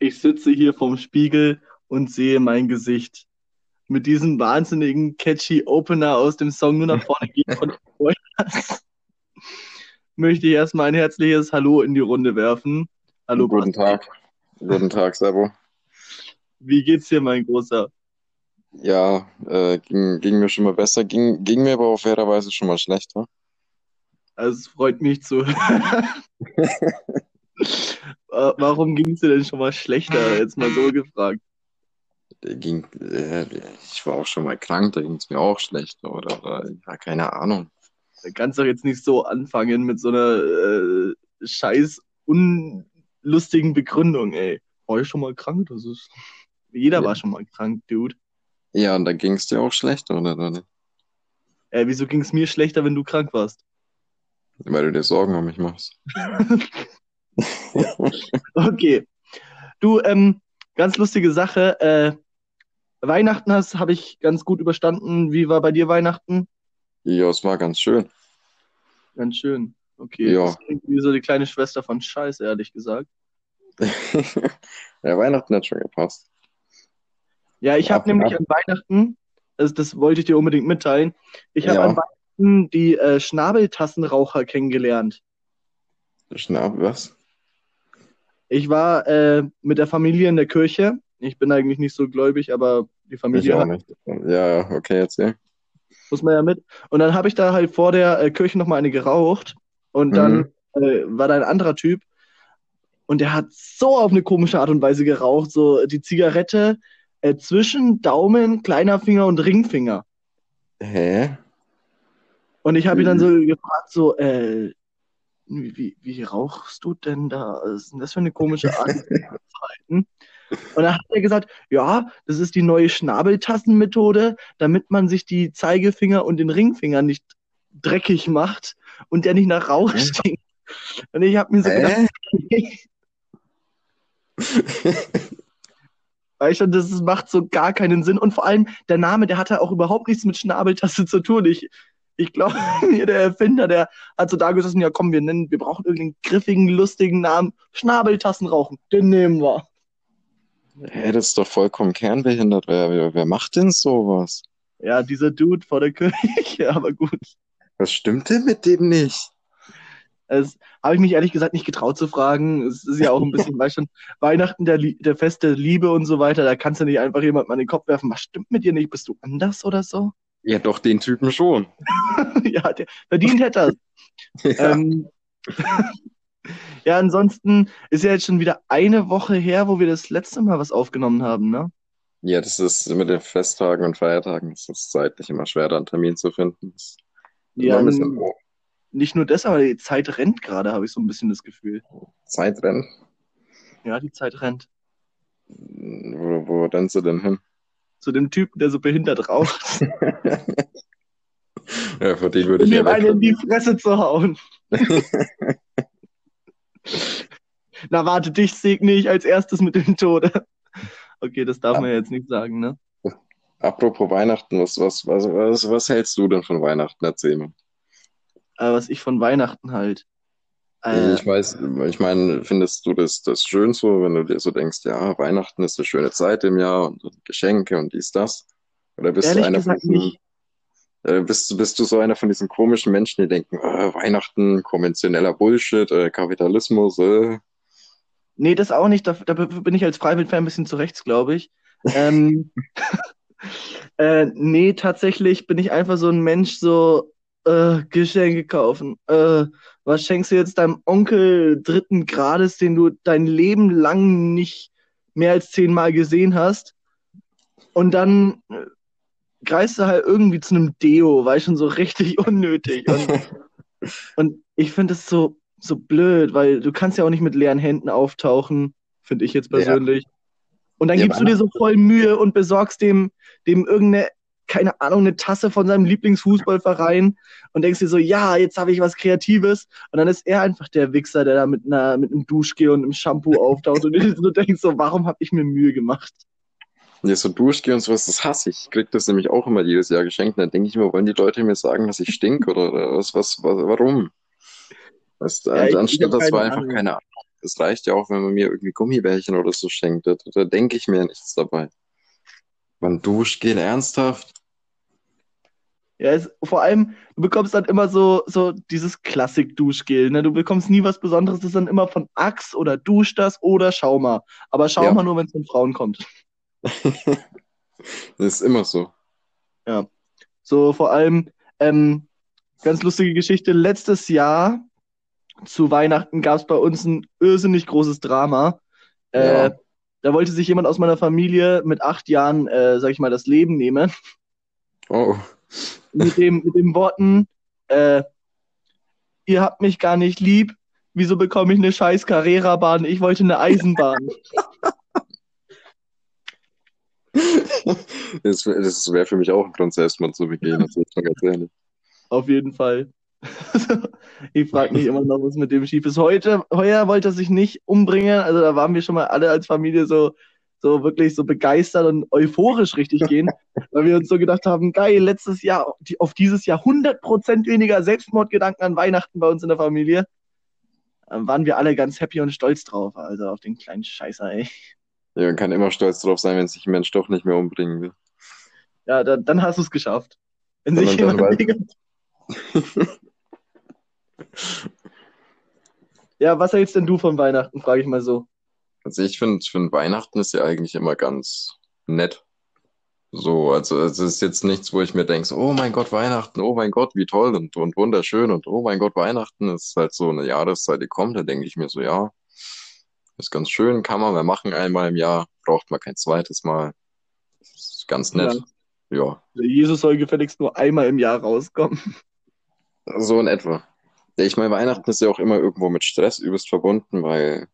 Ich sitze hier vorm Spiegel und sehe mein Gesicht. Mit diesem wahnsinnigen catchy Opener aus dem Song Nur nach vorne gehen von Vollgas möchte ich erstmal ein herzliches Hallo in die Runde werfen. Hallo Guten Basti. Tag. Guten Tag, Servo. Wie geht's dir, mein Großer? Ja, ging mir schon mal besser, ging mir aber auch fairerweise schon mal schlechter. Also, es freut mich zu hören. Warum ging es dir denn schon mal schlechter? Jetzt mal so gefragt. Ich war auch schon mal krank, da ging es mir auch schlechter oder ja, keine Ahnung. Da kannst du doch jetzt nicht so anfangen mit so einer scheiß unlustigen Begründung, ey. War ich schon mal krank? Jeder Ja, war schon mal krank, Dude. ja, und da ging es dir auch schlechter, oder nicht? Wieso ging es mir schlechter, wenn du krank warst? Weil du dir Sorgen um mich machst. Okay. Du, ganz lustige Sache. Weihnachten habe ich ganz gut überstanden. Wie war bei dir Weihnachten? Ja, es war ganz schön. Ganz schön. Okay, Ja. das klingt wie so die kleine Schwester von Scheiß, ehrlich gesagt. Ja, Weihnachten hat schon gepasst. Ja, ich habe Ab, nämlich ab. an Weihnachten, das wollte ich dir unbedingt mitteilen, ich habe an Ja, Weihnachten die Schnabeltassenraucher kennengelernt. Schnapp, was? Ich war mit der Familie in der Kirche. Ich bin eigentlich nicht so gläubig, aber die Ich Familie auch hat, nicht. Ja, ja, okay, erzähl. muss man ja mit. Und dann habe ich da halt vor der Kirche nochmal eine geraucht. Und dann Mhm. war da ein anderer Typ und der hat so auf eine komische Art und Weise geraucht, so die Zigarette zwischen Daumen, kleiner Finger und Ringfinger. Hä? Und ich habe ihn dann Wie? so gefragt, so, wie rauchst du denn da? Was ist denn das für eine komische Art, die Zigarette zu halten? Und dann hat er gesagt, ja, das ist die neue Schnabeltassenmethode, damit man sich die Zeigefinger und den Ringfinger nicht dreckig macht und der nicht nach Rauch Hä? stinkt. Und ich habe mir so gedacht, Hä? weißt du, das macht so gar keinen Sinn. Und vor allem, der Name, der hatte auch überhaupt nichts mit Schnabeltasse zu tun. Ich glaube, mir der Erfinder, der hat so da gesessen, ja komm, wir brauchen irgendeinen griffigen, lustigen Namen. Schnabeltassen rauchen, den nehmen wir. Hä, das ist doch vollkommen kernbehindert. Wer macht denn sowas? Ja, dieser Dude vor der Kirche, aber gut. Was stimmt denn mit dem nicht? Das habe ich mich ehrlich gesagt nicht getraut zu fragen. Es ist ja auch ein bisschen, weißt schon, Weihnachten, der Fest der Liebe und so weiter. Da kannst du nicht einfach jemandem an den Kopf werfen, was stimmt mit dir nicht? Bist du anders oder so? Ja, doch, den Typen schon. Ja, der verdient hätte er. Ja. Ähm, ja, ansonsten ist ja jetzt schon wieder eine Woche her, wo wir das letzte Mal was aufgenommen haben, ne? Ja, das ist mit den Festtagen und Feiertagen, das ist zeitlich immer schwer, da einen Termin zu finden. Das ist immer Ja, ein bisschen nicht nur das, aber die Zeit rennt gerade, habe ich so ein bisschen das Gefühl. Zeitrennen. Ja, die Zeit rennt. Wo rennst du denn hin? Zu dem Typen, der so behindert raucht, Ja, vor dem würde um ich ja ihm einen in die wegrennen. Fresse zu hauen. Na, warte, dich segne ich als erstes mit dem Tode. Okay, das darf man ja Ap- jetzt nicht sagen, ne? Apropos Weihnachten, was hältst du denn von Weihnachten? Erzähl mal. Aber was ich von Weihnachten halt. Äh, Ich weiß, ich meine, findest du das schön so, wenn du dir so denkst, ja, Weihnachten ist eine schöne Zeit im Jahr und Geschenke und dies, das? Oder bist du ehrlich einer von gesagt diesen, nicht. bist du so einer von diesen komischen Menschen, die denken, Weihnachten, konventioneller Bullshit, Kapitalismus, Nee, das auch nicht. Da bin ich als Freiwild-Fan ein bisschen zu rechts, glaube ich. Ähm, nee, tatsächlich bin ich einfach so ein Mensch, so Geschenke kaufen. Was schenkst du jetzt deinem Onkel dritten Grades, den du dein Leben lang nicht mehr als 10-mal gesehen hast? Und dann greifst du halt irgendwie zu einem Deo, weil schon so richtig unnötig. Und ich finde es so blöd, weil du kannst ja auch nicht mit leeren Händen auftauchen, finde ich jetzt Ja, persönlich. Und dann ja, gibst du dir so voll Mühe und besorgst dem irgendeine, keine Ahnung, eine Tasse von seinem Lieblingsfußballverein und denkst dir so, ja, jetzt habe ich was Kreatives. Und dann ist er einfach der Wichser, der da mit einem Duschgel und einem Shampoo auftaucht und du dir so denkst, so, warum habe ich mir Mühe gemacht? ja, so durchgehen und sowas, das hasse ich. Ich krieg das nämlich auch immer jedes Jahr geschenkt. Und dann denke ich mir, wollen die Leute mir sagen, dass ich stink oder warum? Ja, ich Anstatt habe das war keine einfach Ahnung. keine Ahnung. es reicht ja auch, wenn man mir irgendwie Gummibärchen oder so schenkt. Da denke ich mir nichts dabei. Man Duschgel, ernsthaft? Ja, vor allem, du bekommst dann immer so dieses Klassik-Duschgel, ne? Du bekommst nie was Besonderes, das ist dann immer von Axe oder Dusch das oder Schauma. Aber Ja, Schauma nur, wenn es von Frauen kommt. das ist immer so. Ja. So vor allem, ganz lustige Geschichte, letztes Jahr zu Weihnachten gab es bei uns ein irrsinnig großes Drama. Äh, Ja. Da wollte sich jemand aus meiner Familie mit 8 Jahren, sag ich mal, das Leben nehmen. Oh. Mit den Worten, äh, ihr habt mich gar nicht lieb, wieso bekomme ich eine scheiß Carrera-Bahn? Ich wollte eine Eisenbahn. Das wäre für mich auch ein Grund, Selbstmord zu begehen, das ist mal ganz ehrlich. Auf jeden Fall. Ich frage mich immer noch, was mit dem schief ist. Heuer wollte er sich nicht umbringen. Also da waren wir schon mal alle als Familie so wirklich so begeistert und euphorisch richtig gehen, weil wir uns so gedacht haben, geil, letztes Jahr, auf dieses Jahr 100% weniger Selbstmordgedanken an Weihnachten bei uns in der Familie. Dann waren wir alle ganz happy und stolz drauf, also auf den kleinen Scheißer, ey. Ja, man kann immer stolz drauf sein, wenn sich ein Mensch doch nicht mehr umbringen will. Ja, dann hast du es geschafft. Wenn sich Sondern dann jemand weiß, Ja, was hältst denn du von Weihnachten, frage ich mal so. also ich finde Weihnachten ist ja eigentlich immer ganz nett. So, also es ist jetzt nichts, wo ich mir denke, so, oh mein Gott, Weihnachten, oh mein Gott, wie toll und wunderschön und oh mein Gott, Weihnachten ist halt so eine Jahreszeit, die kommt, da denke ich mir so, ja, ist ganz schön, kann man mal machen einmal im Jahr, braucht man kein zweites Mal, ist ganz Ja. nett. Ja, Jesus soll gefälligst nur einmal im Jahr rauskommen. so in etwa. Ja, ich meine, Weihnachten ist ja auch immer irgendwo mit Stress übelst verbunden, weil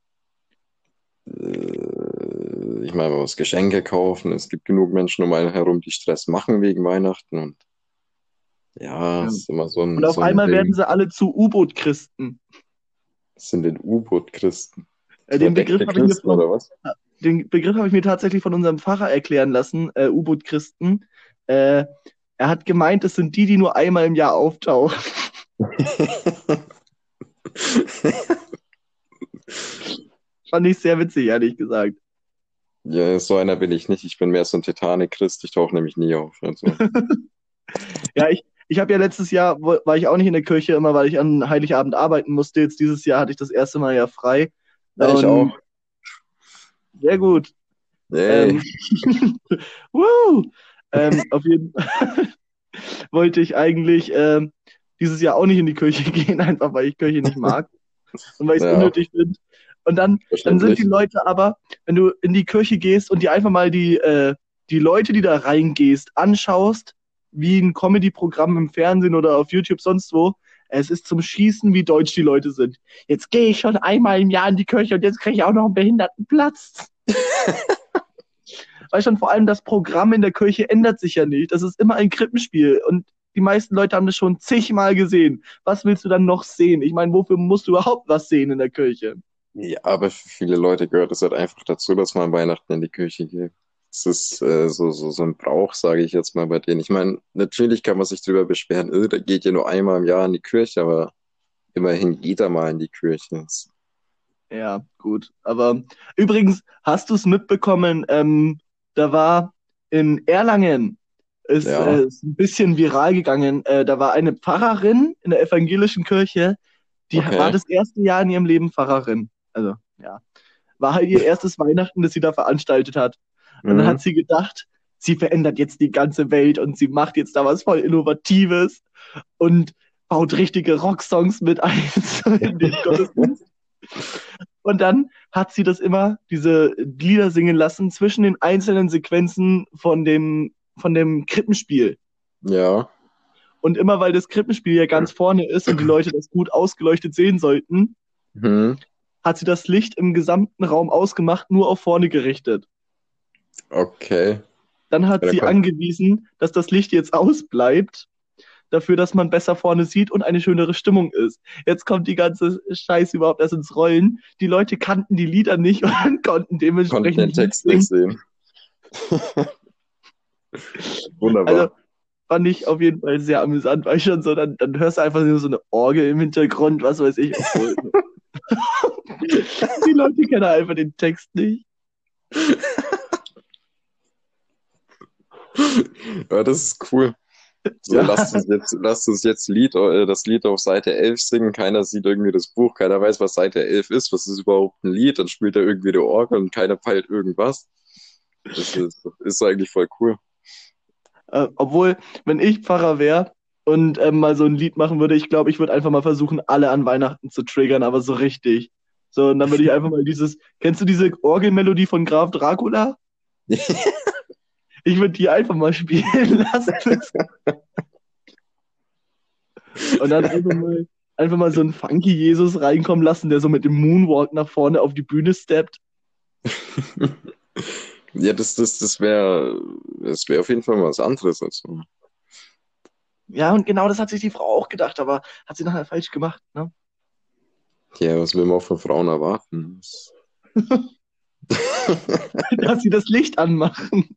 ich meine, man muss Geschenke kaufen, es gibt genug Menschen um einen herum, die Stress machen wegen Weihnachten und ja, Ja. es ist immer so Und ein, auf so ein einmal werden Ding. sie alle zu U-Boot-Christen. Das sind den U-Boot-Christen. Den Begriff Verdeckte habe ich mir Christen oder was? den Begriff habe ich mir tatsächlich von unserem Pfarrer erklären lassen, U-Boot-Christen. Äh, Er hat gemeint, es sind die, die nur einmal im Jahr auftauchen. Fand ich sehr witzig, ehrlich gesagt. Ja, so einer bin ich nicht. Ich bin mehr so ein Titanic-Christ. Ich tauche nämlich nie auf. Also, Ja, ich habe ja letztes Jahr, war ich auch nicht in der Kirche immer, weil ich an Heiligabend arbeiten musste. Jetzt dieses Jahr hatte ich das erste Mal ja frei. ja, ich Und auch. sehr gut. Yay. Ähm, Woo! Auf jeden Fall wollte ich eigentlich dieses Jahr auch nicht in die Kirche gehen, einfach weil ich Kirche nicht mag und weil ich es Ja, unnötig finde. Und dann sind die verständlich. Leute aber, wenn du in die Kirche gehst und dir einfach mal die Leute, die da reingehst, anschaust, wie ein Comedy-Programm im Fernsehen oder auf YouTube sonst wo, es ist zum Schießen, wie deutsch die Leute sind. Jetzt gehe ich schon einmal im Jahr in die Kirche und jetzt kriege ich auch noch einen Behindertenplatz. Weil schon vor allem das Programm in der Kirche ändert sich ja nicht. Das ist immer ein Krippenspiel und die meisten Leute haben das schon zigmal gesehen. Was willst du dann noch sehen? Ich meine, wofür musst du überhaupt was sehen in der Kirche? Ja, aber für viele Leute gehört es halt einfach dazu, dass man an Weihnachten in die Kirche geht. Es ist so ein Brauch, sage ich jetzt mal bei denen. Ich meine, natürlich kann man sich drüber beschweren, da geht ja nur einmal im Jahr in die Kirche, aber immerhin geht er mal in die Kirche. Ja, gut. Aber übrigens, hast du es mitbekommen? Da war in Erlangen, Ja, ist ein bisschen viral gegangen. Da war eine Pfarrerin in der evangelischen Kirche, die war okay. das erste Jahr in ihrem Leben Pfarrerin. Also, ja. War halt ihr erstes Weihnachten, das sie da veranstaltet hat. Und dann hat Mhm. sie gedacht, sie verändert jetzt die ganze Welt und sie macht jetzt da was voll Innovatives und baut richtige Rocksongs mit ein in den Gottesdienst. Und dann hat sie das immer, diese Lieder singen lassen zwischen den einzelnen Sequenzen von dem Krippenspiel. Ja. Und immer weil das Krippenspiel ja ganz vorne ist und die Leute das gut ausgeleuchtet sehen sollten, Mhm. hat sie das Licht im gesamten Raum ausgemacht, nur auf vorne gerichtet. Okay. Dann hat Ja, dann sie kon angewiesen, dass das Licht jetzt ausbleibt, dafür, dass man besser vorne sieht und eine schönere Stimmung ist. Jetzt kommt die ganze Scheiße überhaupt erst ins Rollen. Die Leute kannten die Lieder nicht und konnten konnten dementsprechend den nicht Text nicht mitsingen. sehen. Also Wunderbar. fand ich auf jeden Fall sehr amüsant, weil schon so, dann hörst du einfach nur so eine Orgel im Hintergrund, was weiß ich, obwohl. Die Leute kennen einfach den Text nicht. Ja, das ist cool. So, Ja, lasst uns jetzt das Lied auf Seite 11 singen. Keiner sieht irgendwie das Buch, keiner weiß, was Seite 11 ist. Was ist überhaupt ein Lied? Dann spielt er irgendwie die Orgel und keiner peilt irgendwas. Ist eigentlich voll cool. obwohl, wenn ich Pfarrer wäre und mal so ein Lied machen würde, ich glaube, ich würde einfach mal versuchen, alle an Weihnachten zu triggern, aber so richtig. So, und dann würde ich einfach mal kennst du diese Orgelmelodie von Graf Dracula? Ich würde die einfach mal spielen lassen. Und dann einfach mal so einen funky Jesus reinkommen lassen, der so mit dem Moonwalk nach vorne auf die Bühne steppt. Ja, das wäre auf jeden Fall mal was anderes als so. Ja, und genau das hat sich die Frau auch gedacht, aber hat sie nachher falsch gemacht, ne? Ja, was will man auch von Frauen erwarten? Dass sie das Licht anmachen.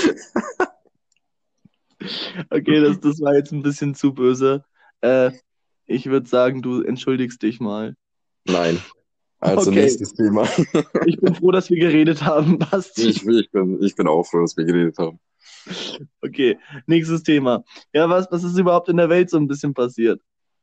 Okay, das war jetzt ein bisschen zu böse. Äh, Ich würde sagen, du entschuldigst dich mal. Nein. Also Okay, nächstes Thema. ich bin froh, dass wir geredet haben, Basti. Ich bin auch froh, dass wir geredet haben. Okay, nächstes Thema. Ja, was ist überhaupt in der Welt so ein bisschen passiert?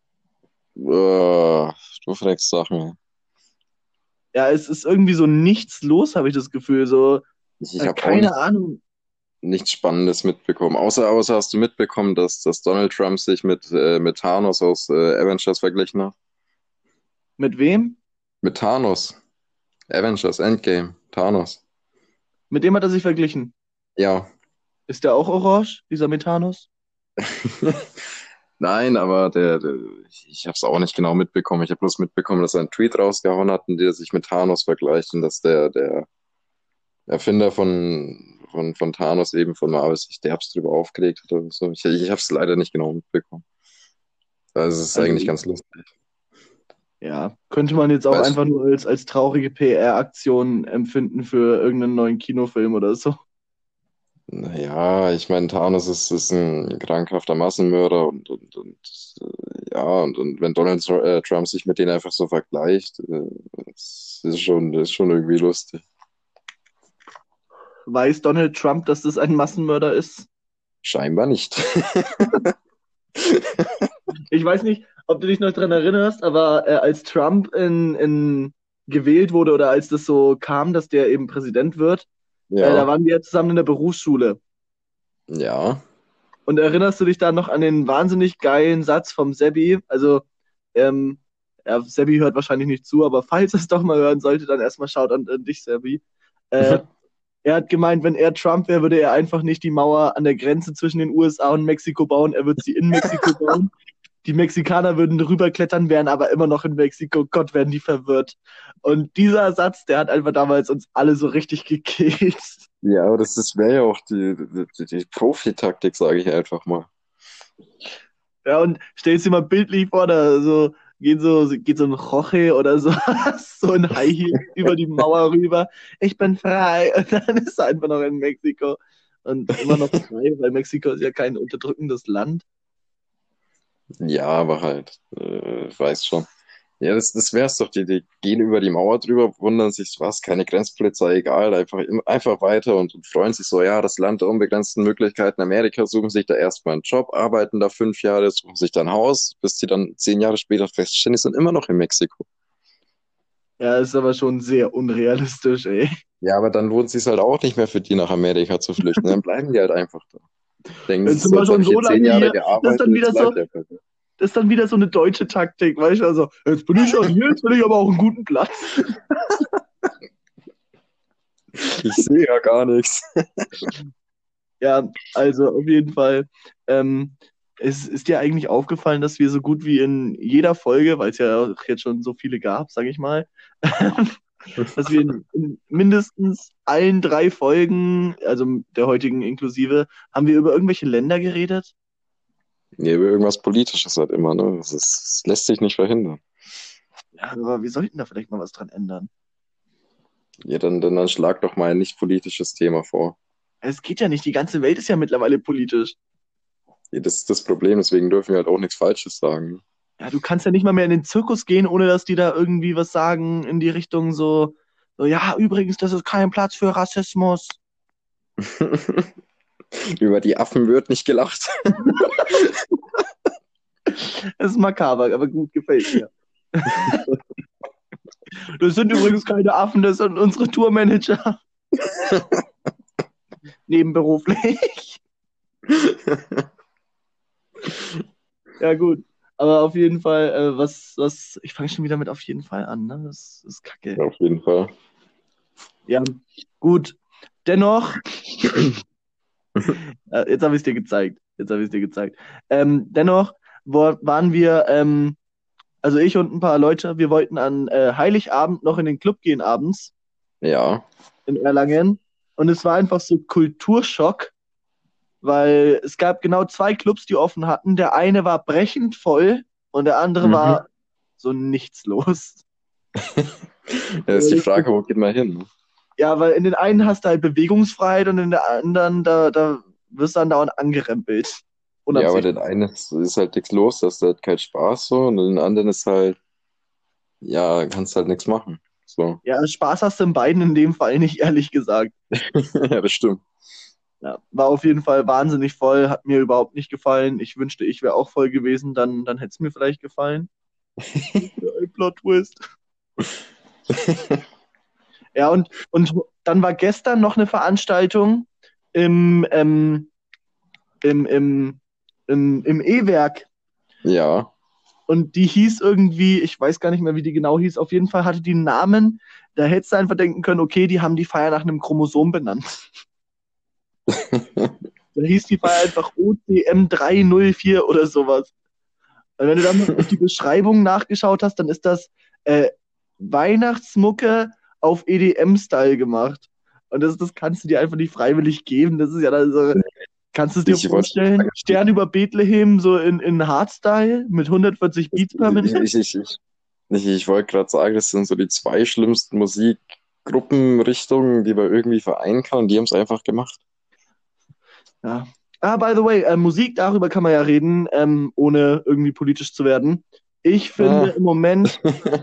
Du fragst Sachen. Ja, es ist irgendwie so nichts los, habe ich das Gefühl. So, Ich habe auch keine Ahnung. nichts Spannendes mitbekommen. Außer hast du mitbekommen, dass Donald Trump sich mit Thanos aus Avengers verglichen hat. Mit wem? Mit Thanos. Avengers Endgame. Thanos. Mit dem hat er sich verglichen. Ja. Ist der auch orange, dieser Methanus? Nein, aber ich habe es auch nicht genau mitbekommen. Ich habe bloß mitbekommen, dass er einen Tweet rausgehauen hat, in der sich mit Thanos vergleicht und dass der Erfinder von Thanos eben von Marvel sich derbst drüber aufgeregt hat oder so. Ich habe es leider nicht genau mitbekommen. Also es ist Also, eigentlich ganz lustig. ja, könnte man jetzt auch Weißt einfach nur als traurige PR-Aktion empfinden für irgendeinen neuen Kinofilm oder so. naja, ich meine, Thanos ist ein krankhafter Massenmörder und wenn Donald Trump sich mit denen einfach so vergleicht, das ist schon irgendwie lustig. Weiß Donald Trump, dass das ein Massenmörder ist? Scheinbar nicht. Ich weiß nicht, ob du dich noch dran erinnerst, aber als Trump gewählt wurde oder als das so kam, dass der eben Präsident wird, da Ja, waren wir zusammen in der Berufsschule. ja. Und erinnerst du dich da noch an den wahnsinnig geilen Satz vom Sebi? Also, ähm, ja, Sebi hört wahrscheinlich nicht zu, aber falls er es doch mal hören sollte, dann erstmal schaut an dich, Sebi. Äh, Er hat gemeint, wenn er Trump wäre, würde er einfach nicht die Mauer an der Grenze zwischen den USA und Mexiko bauen, er würde sie in Mexiko bauen. Die Mexikaner würden drüber klettern, wären aber immer noch in Mexiko. Gott, werden die verwirrt. Und dieser Satz, der hat einfach damals uns alle so richtig gekillt. Ja, aber das wäre ja auch die Profi-Taktik, sage ich einfach mal. Ja, und stell dir mal bildlich vor, da so geht so ein Roche oder so, so ein High Heel über die Mauer rüber. Ich bin frei. Und dann ist er einfach noch in Mexiko. Und immer noch frei, weil Mexiko ist ja kein unterdrückendes Land. Ja, aber halt, weiß schon. Ja, das wär's doch. Die gehen über die Mauer drüber, wundern sich, was, keine Grenzpolizei, egal, einfach weiter und freuen sich so, ja, das Land der unbegrenzten Möglichkeiten Amerika, suchen sich da erstmal einen Job, arbeiten da 5 Jahre, suchen sich dann ein Haus, bis sie dann 10 Jahre später feststellen, die sind immer noch in Mexiko. Ja, ist aber schon sehr unrealistisch, ey. Ja, aber dann lohnt es sich halt auch nicht mehr für die nach Amerika zu flüchten. Dann bleiben die halt einfach da. Denken sie Jetzt sind so, wir jetzt habe schon ich so hier zehn lange Jahre hier. Das ist gearbeitet, dann jetzt wieder so, bleibt der einfach. das ist dann wieder so eine deutsche Taktik, weißt du? Also, jetzt bin ich schon hier, jetzt will ich aber auch einen guten Platz. Ich sehe ja gar nichts. Ja, also auf jeden Fall. Ähm, Es ist dir eigentlich aufgefallen, dass wir so gut wie in jeder Folge, weil es ja auch jetzt schon so viele gab, sage ich mal, dass wir in mindestens allen 3 Folgen, also der heutigen inklusive, haben wir über irgendwelche Länder geredet? Nee, über irgendwas Politisches halt immer, ne? Das lässt sich nicht verhindern. Ja, aber wir sollten da vielleicht mal was dran ändern. Ja, dann schlag doch mal ein nicht politisches Thema vor. Es geht ja nicht, die ganze Welt ist ja mittlerweile politisch. Ja, das ist das Problem, deswegen dürfen wir halt auch nichts Falsches sagen. Ja, du kannst ja nicht mal mehr in den Zirkus gehen, ohne dass die da irgendwie was sagen in die Richtung so ja, übrigens, das ist kein Platz für Rassismus. Über die Affen wird nicht gelacht. Das ist makaber, aber gut, gefällt mir. Das sind übrigens keine Affen, das sind unsere Tourmanager. Nebenberuflich. Ja, gut. Aber auf jeden Fall, ich fange schon wieder mit auf jeden Fall an, ne? Das ist kacke. Auf jeden Fall. Ja, gut. Dennoch, jetzt habe ich es dir gezeigt. Dennoch waren wir, also ich und ein paar Leute, wir wollten an Heiligabend noch in den Club gehen abends Ja. in Erlangen. Und es war einfach so Kulturschock, weil es gab genau 2 Clubs, die offen hatten. Der eine war brechend voll und der andere war so nichts los. Da ist die Frage, wo geht man hin? Ja, weil in den einen hast du halt Bewegungsfreiheit und in der anderen, da wirst du dann dauernd angerempelt. Ja, aber Unabsichtlich. den einen ist halt nichts los, das ist halt kein Spaß so, und den anderen ist halt, ja, kannst halt nichts machen. So. Ja, Spaß hast du in beiden in dem Fall nicht, ehrlich gesagt. Ja, das stimmt. Ja, war auf jeden Fall wahnsinnig voll, hat mir überhaupt nicht gefallen. Ich wünschte, ich wäre auch voll gewesen, dann hätte es mir vielleicht gefallen. Ein Plot-Twist. Ja, und dann war gestern noch eine Veranstaltung im, im, im, im E-Werk. Ja. Und die hieß irgendwie, ich weiß gar nicht mehr, wie die genau hieß, auf jeden Fall hatte die einen Namen, da hättest du einfach denken können, okay, die haben die Feier nach einem Chromosom benannt. Da hieß die Feier einfach OCM 304 oder sowas. Und wenn du dann mal auf die Beschreibung nachgeschaut hast, dann ist das Weihnachtsmucke auf EDM-Style gemacht. Und das kannst du dir einfach nicht freiwillig geben. Das ist ja dann so, kannst du es dir Ich wollte vorstellen? Stern über Bethlehem, so in Hardstyle mit 140 Beats per Minute. ich wollte gerade sagen, das sind so die 2 schlimmsten Musikgruppenrichtungen, die man irgendwie vereinen kann, und die haben es einfach gemacht. Ja. Ah, by the way, Musik, darüber kann man ja reden, ohne irgendwie politisch zu werden. Ich finde im Moment,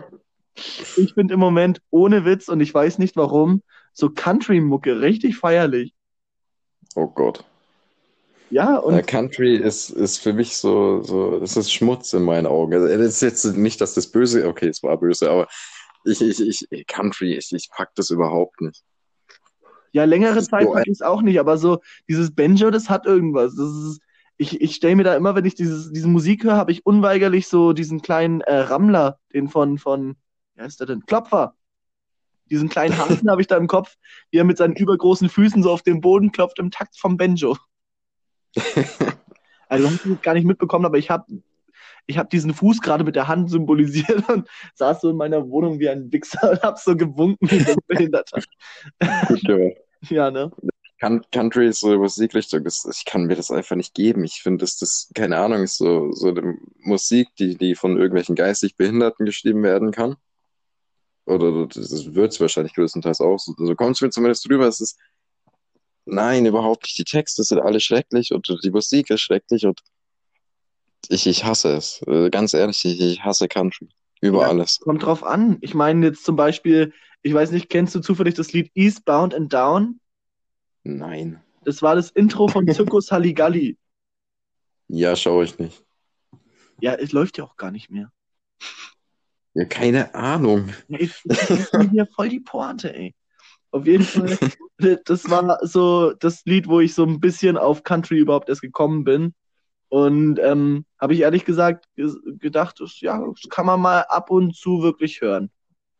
ohne Witz, und ich weiß nicht warum, so Country-Mucke richtig feierlich. Oh Gott. Ja, und Country ist für mich das ist Schmutz in meinen Augen. Also, das ist jetzt nicht, dass das böse, okay, es war böse, aber Country, ich pack das überhaupt nicht. ja, längere Das ist Zeit so packe ich es auch nicht, aber so dieses Banjo, das hat irgendwas. Ich stelle mir da immer, wenn ich diese Musik höre, habe ich unweigerlich so diesen kleinen Rammler, den wie heißt der denn? Klopfer. Diesen kleinen Hasen habe ich da im Kopf, wie er mit seinen übergroßen Füßen so auf den Boden klopft im Takt vom Banjo. Also du hast es gar nicht mitbekommen, aber ich hab diesen Fuß gerade mit der Hand symbolisiert und saß so in meiner Wohnung wie ein Wichser und hab so gewunken wie so ein Behinderter. gut gemacht. Ja, ne? Country ist so eine Musikrichtung, ich kann mir das einfach nicht geben. Ich finde, das, keine Ahnung, ist so eine Musik, die von irgendwelchen geistig Behinderten geschrieben werden kann. Oder das wird es wahrscheinlich größtenteils auch. So kommt es mir zumindest drüber. Nein, überhaupt nicht. Die Texte sind alle schrecklich und die Musik ist schrecklich, und ich hasse es. Ganz ehrlich, ich hasse Country. Über Ja, alles. kommt drauf an. Ich meine jetzt zum Beispiel, ich weiß nicht, kennst du zufällig das Lied Eastbound and Down? Nein. Das war das Intro von Zirkus Halligalli. Ja, schaue ich nicht. Ja, es läuft ja auch gar nicht mehr. Ja, keine Ahnung. Ja, ich bin hier voll die Pointe, ey. Auf jeden Fall, das war so das Lied, wo ich so ein bisschen auf Country überhaupt erst gekommen bin. Und habe ich ehrlich gesagt gedacht, das kann man mal ab und zu wirklich hören.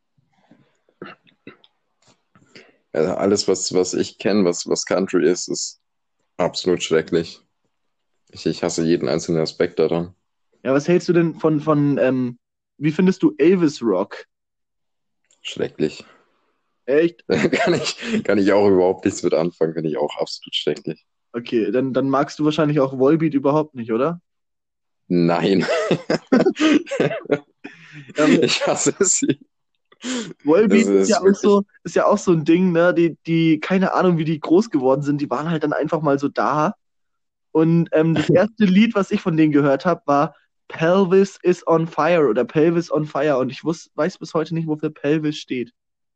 Also alles, was ich kenne, was Country ist absolut schrecklich. Ich hasse jeden einzelnen Aspekt daran. Ja, was hältst du denn wie findest du Elvis Rock? Schrecklich. Echt? Kann ich auch überhaupt nichts mit anfangen, finde ich auch absolut schrecklich. Okay, dann magst du wahrscheinlich auch Volbeat überhaupt nicht, oder? Nein. Ja, Ich hasse sie. Volbeat Das ist wirklich. ist ja auch so ein Ding, ne? Die, keine Ahnung, wie die groß geworden sind, die waren halt dann einfach mal so da. Und das erste Lied, was ich von denen gehört habe, war Pelvis is on fire oder Pelvis on fire und ich weiß bis heute nicht, wofür Pelvis steht.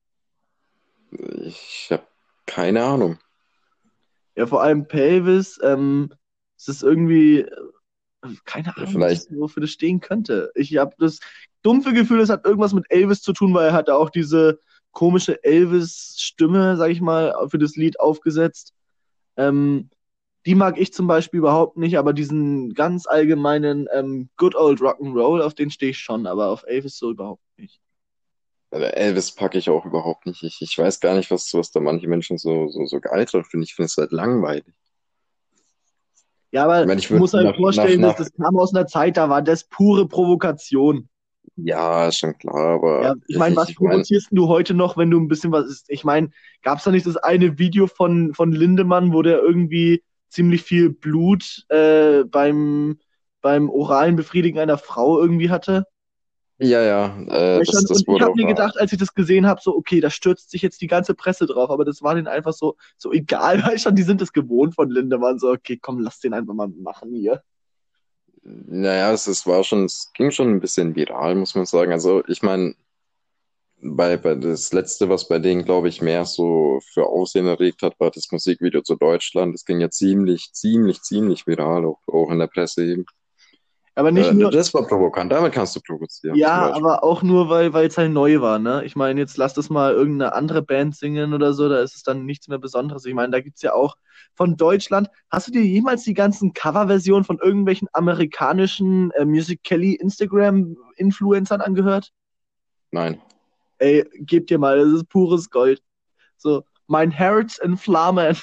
Ich habe keine Ahnung. Ja, vor allem Pelvis, es ist irgendwie, keine Ahnung, Vielleicht, wofür das stehen könnte. Ich habe das dumpfe Gefühl, es hat irgendwas mit Elvis zu tun, weil er hatte auch diese komische Elvis-Stimme, sag ich mal, für das Lied aufgesetzt. Ähm, Die mag ich zum Beispiel überhaupt nicht, aber diesen ganz allgemeinen Good Old Rock'n'Roll, auf den stehe ich schon, aber auf Elvis so überhaupt nicht. Elvis packe ich auch überhaupt nicht. Ich weiß gar nicht, was da manche Menschen so geil dran finden. Ich finde es halt langweilig. Ja, Ich aber meine, ich du würde musst halt vorstellen, dass das kam aus einer Zeit, da war das pure Provokation. ja, ist schon klar, Ja, aber ich meine, was ich meine, provozierst denn du heute noch, wenn du ein bisschen was isst? Ich meine, gab es da nicht das eine Video von Lindemann, wo der irgendwie ziemlich viel Blut beim oralen Befriedigen einer Frau irgendwie hatte? ja, Ja, das, schon. das Und ich wurde habe auch mir mal. gedacht, als ich das gesehen habe, so, okay, da stürzt sich jetzt die ganze Presse drauf, aber das war denen einfach so egal, weil schon, die sind es gewohnt von Lindemann, so, okay, komm, lass den einfach mal machen hier. Naja, es ging schon ein bisschen viral, muss man sagen. Also, ich meine, bei das Letzte, was bei denen, glaube ich, mehr so für Aufsehen erregt hat, war das Musikvideo zu Deutschland. Das ging ja ziemlich viral, auch in der Presse eben. Aber nicht nur, Das war provokant, damit kannst du provozieren, zum ja, Beispiel. aber auch nur, weil es halt neu war, ne? Ich meine, jetzt lass das mal irgendeine andere Band singen oder so, da ist es dann nichts mehr Besonderes. Ich meine, da gibt's ja auch von Deutschland. Hast du dir jemals die ganzen Coverversionen von irgendwelchen amerikanischen Musical.ly Instagram-Influencern angehört? Nein. Ey, gib dir mal, das ist pures Gold. So, mein Herz in Flammen.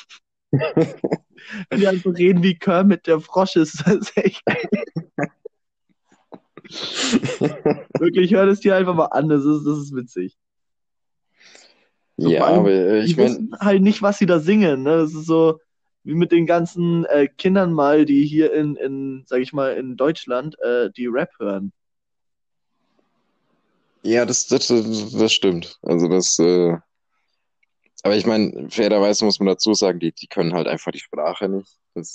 Wenn die einfach reden wie Kermit der Frosch ist, das ist echt wirklich, hör das dir einfach mal an, das ist witzig. So Ja, vor allem, aber die ich meine, wissen halt nicht, was sie da singen. Ne? Das ist so wie mit den ganzen Kindern mal, die hier sag ich mal, in Deutschland die Rap hören. ja, das stimmt. Also aber ich meine, fairerweise muss man dazu sagen, die können halt einfach die Sprache nicht.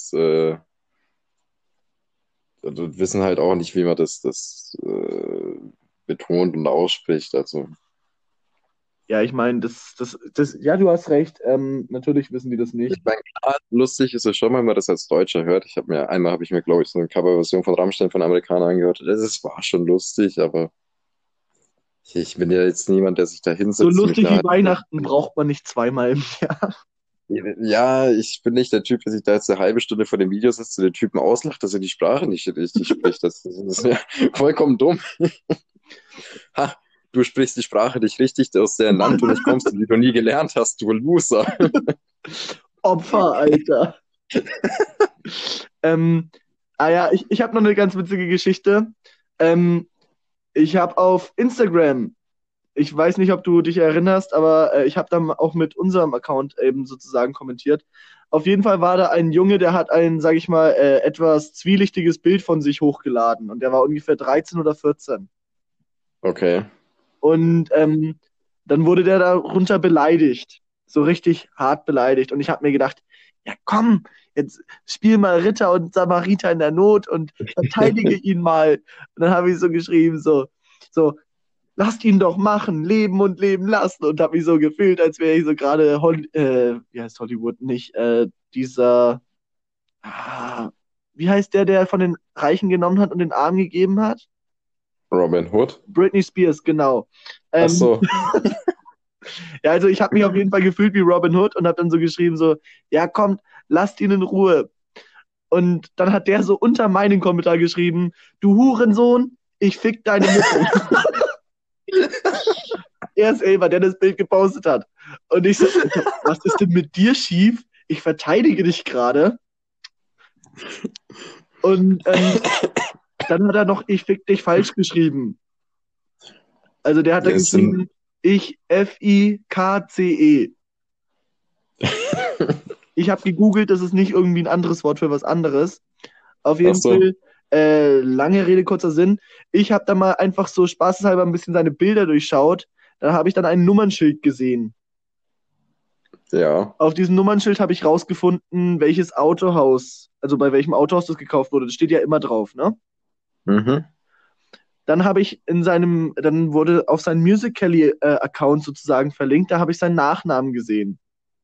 Und wissen halt auch nicht, wie man das betont und ausspricht. Also, Ja, ich meine, ja, du hast recht. Natürlich wissen die das ich nicht. meine, klar, lustig ist es schon, wenn man das als Deutscher hört. Einmal habe ich mir, glaube ich, so eine Coverversion von Rammstein von Amerikanern angehört. War schon lustig, aber ich bin ja jetzt niemand, der sich da So hinsetzt und mich lustig eine wie halbe Weihnachten braucht man nicht zweimal im Jahr. Ja, ich bin nicht der Typ, der sich da jetzt eine halbe Stunde vor dem Video sitzt und den Typen auslacht, dass er die Sprache nicht richtig spricht. Das ist ja vollkommen dumm. Ha, du sprichst die Sprache nicht richtig, aus deren Land du nicht kommst und die du nie gelernt hast, du Loser. Opfer, Alter. ähm, ja, ich habe noch eine ganz witzige Geschichte. Ähm, Ich habe auf Instagram, ich weiß nicht, ob du dich erinnerst, aber ich habe dann auch mit unserem Account eben sozusagen kommentiert. Auf jeden Fall war da ein Junge, der hat ein, sage ich mal, etwas zwielichtiges Bild von sich hochgeladen und der war ungefähr 13 oder 14. Okay. Und dann wurde der darunter beleidigt, so richtig hart beleidigt. Und ich habe mir gedacht, ja komm, jetzt spiel mal Ritter und Samariter in der Not und verteidige ihn mal. Und dann habe ich so geschrieben, so, lasst ihn doch machen, leben und leben lassen. Und habe mich so gefühlt, als wäre ich so gerade, wie heißt Hollywood nicht, dieser, ah, wie heißt der von den Reichen genommen hat und den Armen gegeben hat? Robin Hood? Britney Spears, genau. Ach Ähm, so. ja, also ich habe mich auf jeden Fall gefühlt wie Robin Hood und habe dann so geschrieben, so, ja, kommt, lasst ihn in Ruhe. Und dann hat der so unter meinen Kommentar geschrieben, du Hurensohn, ich fick deine Mutter. Er ist Elber, der das Bild gepostet hat. Und ich so, Alter, was ist denn mit dir schief? Ich verteidige dich gerade. Und dann hat er noch, ich fick dich falsch geschrieben. Also der hat da Ja, es sind, geschrieben, ich Fikce. Ich habe gegoogelt, das ist nicht irgendwie ein anderes Wort für was anderes. Auf ach jeden so. Fall, lange Rede, kurzer Sinn. Ich habe da mal einfach so spaßeshalber ein bisschen seine Bilder durchschaut. Da habe ich dann ein Nummernschild gesehen. Ja. Auf diesem Nummernschild habe ich rausgefunden, welches Autohaus, also bei welchem Autohaus das gekauft wurde. Das steht ja immer drauf, ne? Mhm. Dann wurde auf seinen Musical.ly-Account sozusagen verlinkt, da habe ich seinen Nachnamen gesehen.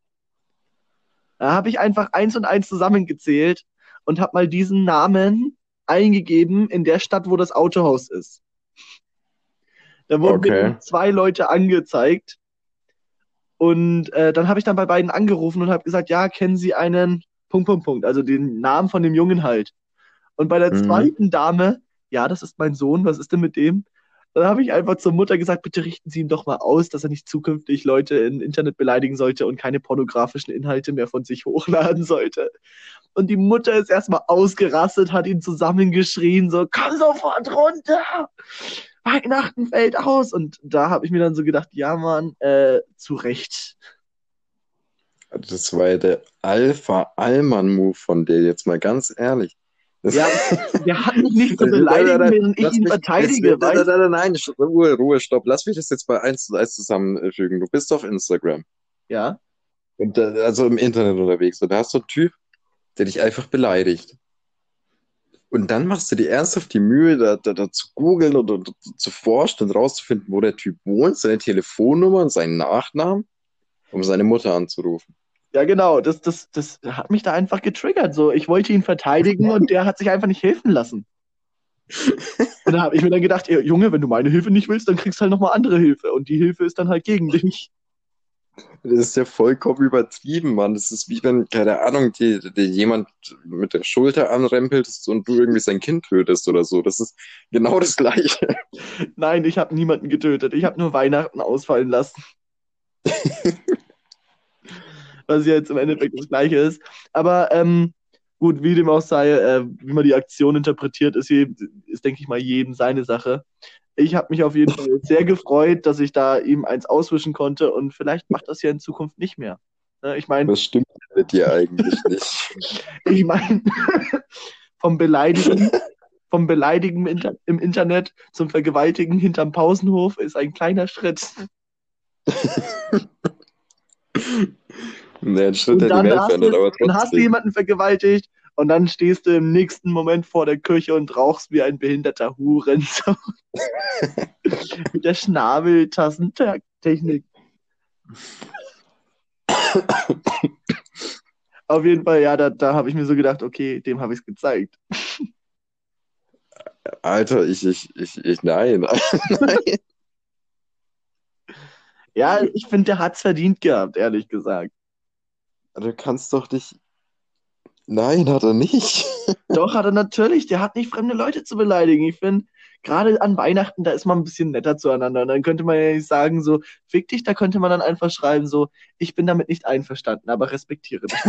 Da habe ich einfach eins und eins zusammengezählt und habe mal diesen Namen eingegeben in der Stadt, wo das Autohaus ist. Da wurden mir Okay. dann zwei Leute angezeigt und dann habe ich dann bei beiden angerufen und habe gesagt, ja, kennen Sie einen Punkt, Punkt, Punkt, also den Namen von dem Jungen halt. Und bei der Mhm. zweiten Dame, ja, das ist mein Sohn, was ist denn mit dem? Dann habe ich einfach zur Mutter gesagt, bitte richten Sie ihn doch mal aus, dass er nicht zukünftig Leute im Internet beleidigen sollte und keine pornografischen Inhalte mehr von sich hochladen sollte. Und die Mutter ist erstmal ausgerastet, hat ihn zusammengeschrien, so, komm sofort runter! Weihnachten fällt aus. Und da habe ich mir dann so gedacht, ja, Mann, zu Recht. Also das war ja der Alpha-Allmann-Move von dir, jetzt mal ganz ehrlich. Das, Ja, der hat mich nicht zu nein, nein, beleidigen, nein, während ich lass ihn mich, jetzt, verteidige, nein, nein, weißt nein, nein, Ruhe, Ruhe, stopp. Lass mich das jetzt mal eins zu eins zusammenfügen. Du bist auf Instagram du? Ja, und also im Internet unterwegs und da hast du einen Typ, der dich einfach beleidigt. Und dann machst du dir ernsthaft die Mühe, da zu googeln oder zu forschen und rauszufinden, wo der Typ wohnt, seine Telefonnummer und seinen Nachnamen, um seine Mutter anzurufen. ja, genau. Das hat mich da einfach getriggert. So, ich wollte ihn verteidigen und der hat sich einfach nicht helfen lassen. Und da habe ich mir dann gedacht, ey, Junge, wenn du meine Hilfe nicht willst, dann kriegst du halt nochmal andere Hilfe. Und die Hilfe ist dann halt gegen dich. Das ist ja vollkommen übertrieben, Mann. Das ist wie wenn, keine Ahnung, die jemand mit der Schulter anrempelt und du irgendwie sein Kind tötest oder so. Das ist genau das Gleiche. Nein, ich habe niemanden getötet. Ich habe nur Weihnachten ausfallen lassen, was ja jetzt im Endeffekt das Gleiche ist. Aber gut, wie dem auch sei, wie man die Aktion interpretiert, ist, denke ich mal, jedem seine Sache. Ich habe mich auf jeden Fall sehr gefreut, dass ich da ihm eins auswischen konnte und vielleicht macht das ja in Zukunft nicht mehr. Ne, Ich meine, Was stimmt mit dir eigentlich nicht? ich meine, vom Beleidigen, vom Beleidigen im Internet zum Vergewaltigen hinterm Pausenhof ist ein kleiner Schritt. Nee, ein Schritt, Und der die Welt verändert, aber dann hast du trotzdem. jemanden vergewaltigt und dann stehst du im nächsten Moment vor der Kirche und rauchst wie ein behinderter Hurensohn mit der Schnabeltassentechnik. Auf jeden Fall, ja, da habe ich mir so gedacht, okay, dem habe ich es gezeigt. Alter, nein, nein. Ja, ich finde, der hat es verdient gehabt, ehrlich gesagt. Du kannst doch nicht. Nein, hat er nicht. Doch, hat er natürlich. Der hat nicht fremde Leute zu beleidigen. Ich finde, gerade an Weihnachten, da ist man ein bisschen netter zueinander. Und dann könnte man ja nicht sagen, so, fick dich, da könnte man dann einfach schreiben, so, ich bin damit nicht einverstanden, aber respektiere dich.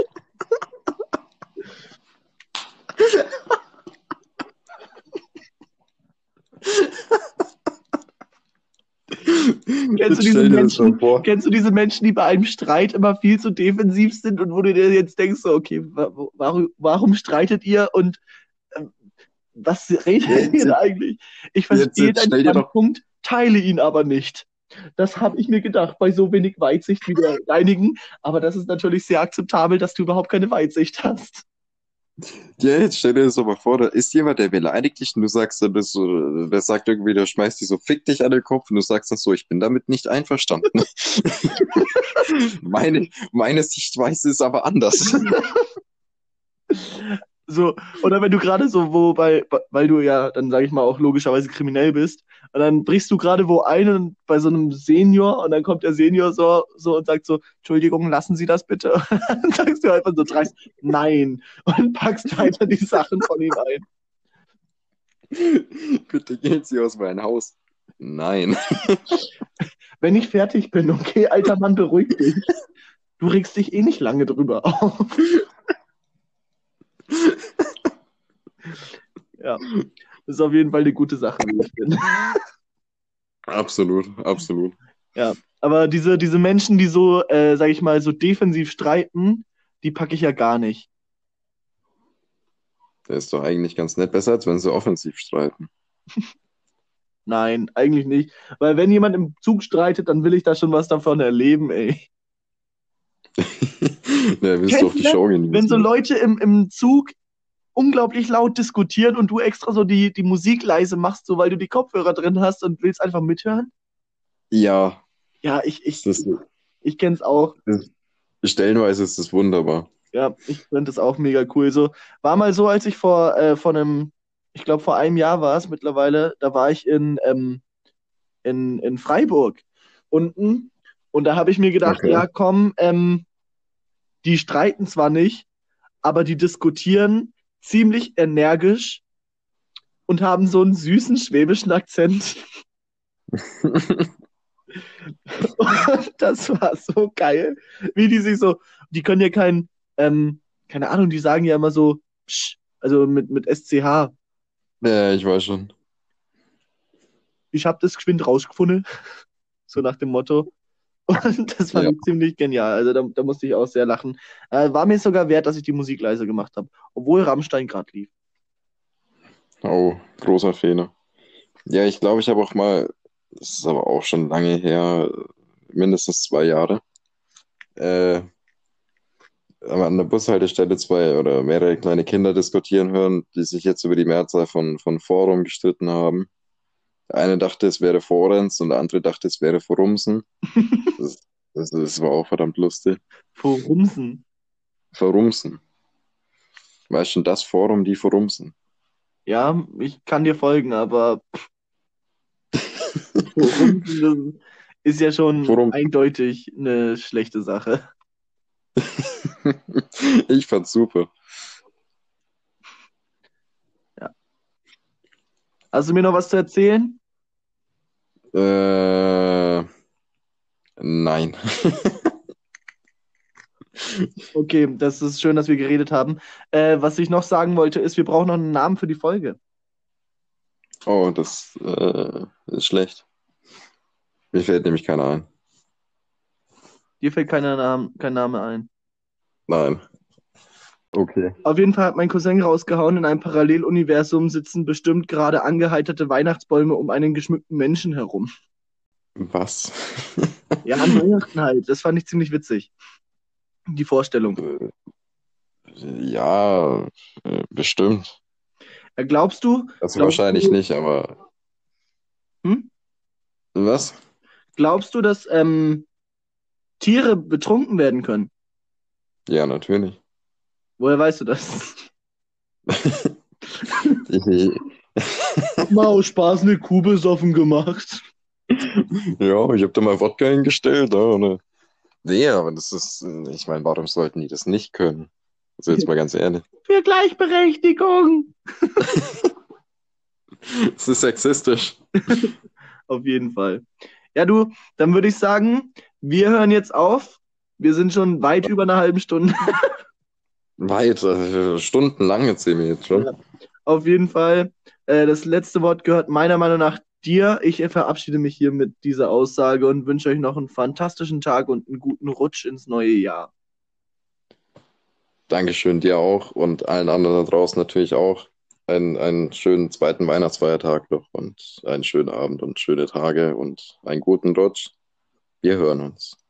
Jetzt stell dir das mal vor. Kennst du diese Menschen, die bei einem Streit immer viel zu defensiv sind und wo du dir jetzt denkst, so, okay, warum streitet ihr und äh, was redet Jetzt, ihr da eigentlich? Ich verstehe jetzt deinen stell dir doch. Standpunkt, teile ihn aber nicht. Das habe ich mir gedacht, bei so wenig Weitsicht wie der deinigen. Aber das ist natürlich sehr akzeptabel, dass du überhaupt keine Weitsicht hast. Ja, jetzt stell dir das doch mal vor, da ist jemand, der beleidigt dich und du sagst dann das so, der sagt irgendwie, der schmeißt dich so, fick dich an den Kopf und du sagst das so, ich bin damit nicht einverstanden. Meine Sichtweise ist aber anders. So, oder wenn du gerade so weil du ja dann, sage ich mal, auch logischerweise kriminell bist, und dann brichst du gerade wo ein und bei so einem Senior und dann kommt der Senior so und sagt so, Entschuldigung, lassen Sie das bitte. Dann sagst du einfach so dreist, nein, und packst weiter die Sachen von ihm ein. Bitte gehen Sie aus meinem Haus. Nein. Wenn ich fertig bin, okay, alter Mann, beruhig dich. Du regst dich eh nicht lange drüber auf. Ja, das ist auf jeden Fall eine gute Sache, wie ich finde. Absolut, absolut. Ja, aber diese Menschen, die so, sag ich mal, so defensiv streiten, die packe ich ja gar nicht. Der ist doch eigentlich ganz nett, besser als wenn sie offensiv streiten. Nein, eigentlich nicht. Weil wenn jemand im Zug streitet, dann will ich da schon was davon erleben, ey. Ja, willst du auf Kennst du die das? Show Wenn so genießen. Leute im Zug unglaublich laut diskutieren und du extra so die Musik leise machst, so weil du die Kopfhörer drin hast und willst einfach mithören? Ja, Ja, es ist, ich kenn's auch. es, stellenweise ist es wunderbar. Ja, ich finde das auch mega cool. So, war mal so, als ich vor einem, ich glaube vor einem Jahr war es mittlerweile, da war ich in Freiburg unten und da habe ich mir gedacht, Okay. ja komm, die streiten zwar nicht, aber die diskutieren ziemlich energisch und haben so einen süßen schwäbischen Akzent. Und das war so geil, wie die sich so, die können ja keine Ahnung, die sagen ja immer so, Psch, also mit SCH. Ja, ich weiß schon. Ich habe das geschwind rausgefunden, so nach dem Motto. Und das fand Ja. ich ziemlich genial. Also da musste ich auch sehr lachen. War mir sogar wert, dass ich die Musik leise gemacht habe, obwohl Rammstein gerade lief. Oh, großer Fehler. Ja, ich glaube, ich habe auch mal, das ist aber auch schon lange her, mindestens 2 Jahre, äh, an der Bushaltestelle zwei oder mehrere kleine Kinder diskutieren hören, die sich jetzt über die Mehrzahl von Forum gestritten haben. Der eine dachte, es wäre Forens und der andere dachte, es wäre Forumsen. Das, das war auch verdammt lustig. Vorumsen. Forumsen. Weißt schon, das Forum, die Forumsen. Ja, ich kann dir folgen, aber Vorumsen, das ist ja schon Forum. eindeutig eine schlechte Sache. Ich fand's super. Ja. Hast du mir noch was zu erzählen? Äh, nein. Okay, das ist schön, dass wir geredet haben. Was ich noch sagen wollte, ist, wir brauchen noch einen Namen für die Folge. Oh, das ist schlecht. Mir fällt nämlich keiner ein. Dir fällt kein Name ein. Nein. Okay. Auf jeden Fall hat mein Cousin rausgehauen, in einem Paralleluniversum sitzen bestimmt gerade angeheiterte Weihnachtsbäume um einen geschmückten Menschen herum. Was? Ja, an Weihnachten halt. Das fand ich ziemlich witzig. Die Vorstellung. Äh, Ja, bestimmt. Ja, Also wahrscheinlich nicht, aber hm? was? Glaubst du, dass Tiere betrunken werden können? Ja, natürlich. Woher weißt du das? Ich, Hab mal aus Spaß eine Kuh besoffen gemacht. ja, ich habe da mal Wodka hingestellt. Ja, ne? Nee, aber das ist, ich meine, warum sollten die das nicht können? Also jetzt mal ganz ehrlich. Für Gleichberechtigung. Es ist sexistisch. Auf jeden Fall. Ja, du, dann würde ich sagen, wir hören jetzt auf. Wir sind schon weit über eine halbe Stunde. Weit, stundenlang erzählen wir jetzt schon. Ja. Auf jeden Fall. Das letzte Wort gehört meiner Meinung nach dir. Ich verabschiede mich hier mit dieser Aussage und wünsche euch noch einen fantastischen Tag und einen guten Rutsch ins neue Jahr. Dankeschön dir auch und allen anderen da draußen natürlich auch. Einen schönen zweiten Weihnachtsfeiertag noch und einen schönen Abend und schöne Tage und einen guten Rutsch. Wir hören uns.